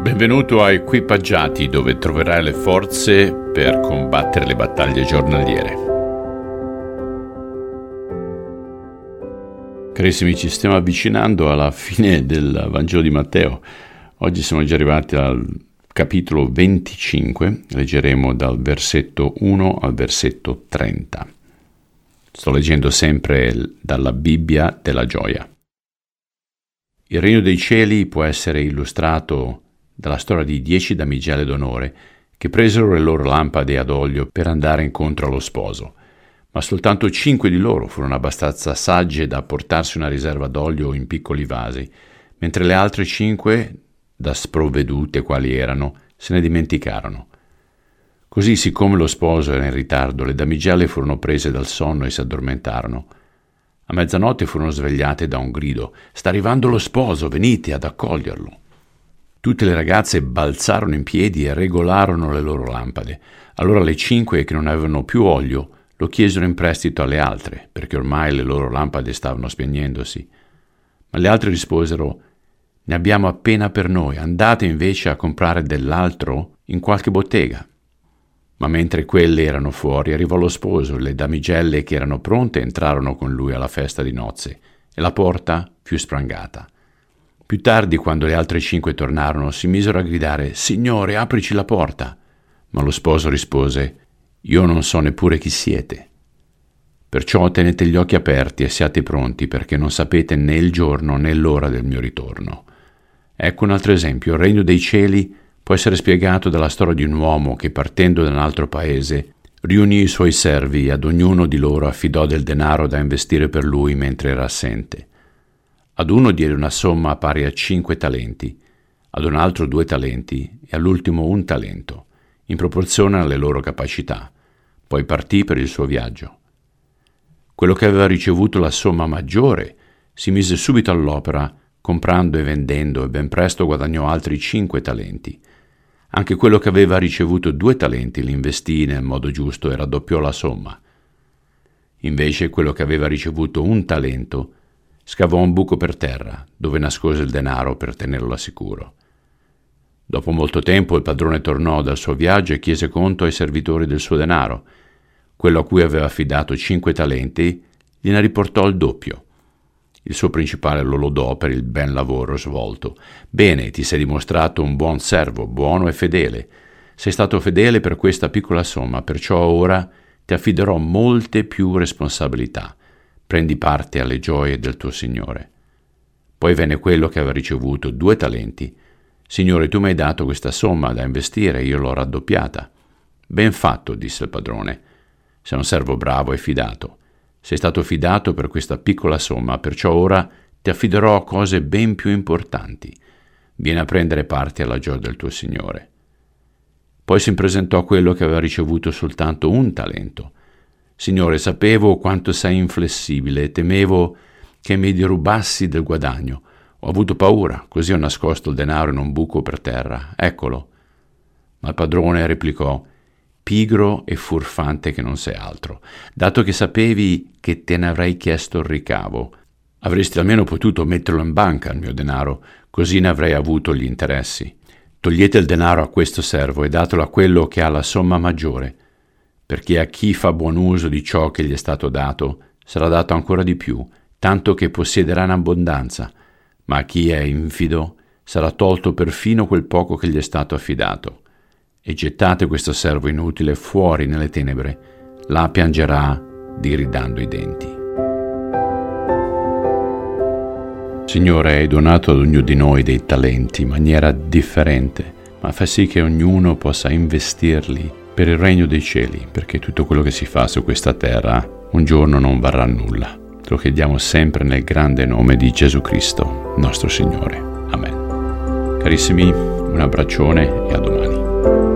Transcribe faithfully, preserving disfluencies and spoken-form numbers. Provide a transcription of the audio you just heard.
Benvenuto a Equipaggiati, dove troverai le forze per combattere le battaglie giornaliere. Carissimi, ci stiamo avvicinando alla fine del Vangelo di Matteo. Oggi siamo già arrivati al capitolo venticinque, leggeremo dal versetto uno al versetto trenta. Sto leggendo sempre dalla Bibbia della Gioia. Il regno dei cieli può essere illustrato dalla storia di dieci damigelle d'onore che presero le loro lampade ad olio per andare incontro allo sposo, ma soltanto cinque di loro furono abbastanza sagge da portarsi una riserva d'olio in piccoli vasi, mentre le altre cinque, da sprovvedute quali erano, se ne dimenticarono. Così, siccome lo sposo era in ritardo, le damigelle furono prese dal sonno e si addormentarono. A mezzanotte furono svegliate da un grido: «Sta arrivando lo sposo, venite ad accoglierlo!» Tutte le ragazze balzarono in piedi e regolarono le loro lampade. Allora le cinque che non avevano più olio lo chiesero in prestito alle altre, perché ormai le loro lampade stavano spegnendosi. Ma le altre risposero: «Ne abbiamo appena per noi, andate invece a comprare dell'altro in qualche bottega». Ma mentre quelle erano fuori, arrivò lo sposo, e le damigelle che erano pronte entrarono con lui alla festa di nozze, e la porta fu sprangata. Più tardi, quando le altre cinque tornarono, si misero a gridare: «Signore, aprici la porta!» Ma lo sposo rispose: «Io non so neppure chi siete. Perciò tenete gli occhi aperti e siate pronti, perché non sapete né il giorno né l'ora del mio ritorno». Ecco un altro esempio. Il regno dei cieli può essere spiegato dalla storia di un uomo che, partendo da un altro paese, riunì i suoi servi e ad ognuno di loro affidò del denaro da investire per lui mentre era assente. Ad uno diede una somma pari a cinque talenti, ad un altro due talenti e all'ultimo un talento, in proporzione alle loro capacità. Poi partì per il suo viaggio. Quello che aveva ricevuto la somma maggiore si mise subito all'opera, comprando e vendendo, e ben presto guadagnò altri cinque talenti. Anche quello che aveva ricevuto due talenti li investì nel modo giusto e raddoppiò la somma. Invece quello che aveva ricevuto un talento scavò un buco per terra, dove nascose il denaro per tenerlo al sicuro. Dopo molto tempo il padrone tornò dal suo viaggio e chiese conto ai servitori del suo denaro. Quello a cui aveva affidato cinque talenti gliene riportò il doppio. Il suo principale lo lodò per il ben lavoro svolto. «Bene, ti sei dimostrato un buon servo, buono e fedele. Sei stato fedele per questa piccola somma, perciò ora ti affiderò molte più responsabilità. Prendi parte alle gioie del tuo Signore». Poi venne quello che aveva ricevuto due talenti. «Signore, tu mi hai dato questa somma da investire, io l'ho raddoppiata». «Ben fatto», disse il padrone. «Sei un servo bravo e fidato. Sei stato fidato per questa piccola somma, perciò ora ti affiderò a cose ben più importanti. Vieni a prendere parte alla gioia del tuo Signore». Poi si presentò quello che aveva ricevuto soltanto un talento. «Signore, sapevo quanto sei inflessibile e temevo che mi derubassi del guadagno. Ho avuto paura, così ho nascosto il denaro in un buco per terra. Eccolo». Ma il padrone replicò: «Pigro e furfante che non sei altro. Dato che sapevi che te ne avrei chiesto il ricavo, avresti almeno potuto metterlo in banca il mio denaro, così ne avrei avuto gli interessi. Togliete il denaro a questo servo e datelo a quello che ha la somma maggiore, perché a chi fa buon uso di ciò che gli è stato dato sarà dato ancora di più, tanto che possiederà in abbondanza, ma a chi è infido sarà tolto perfino quel poco che gli è stato affidato. E gettate questo servo inutile fuori nelle tenebre, là piangerà diridando i denti». Signore, hai donato ad ognuno di noi dei talenti in maniera differente, ma fai sì che ognuno possa investirli per il regno dei cieli, perché tutto quello che si fa su questa terra un giorno non varrà nulla. Te lo chiediamo sempre nel grande nome di Gesù Cristo, nostro Signore. Amen. Carissimi, un abbraccione e a domani.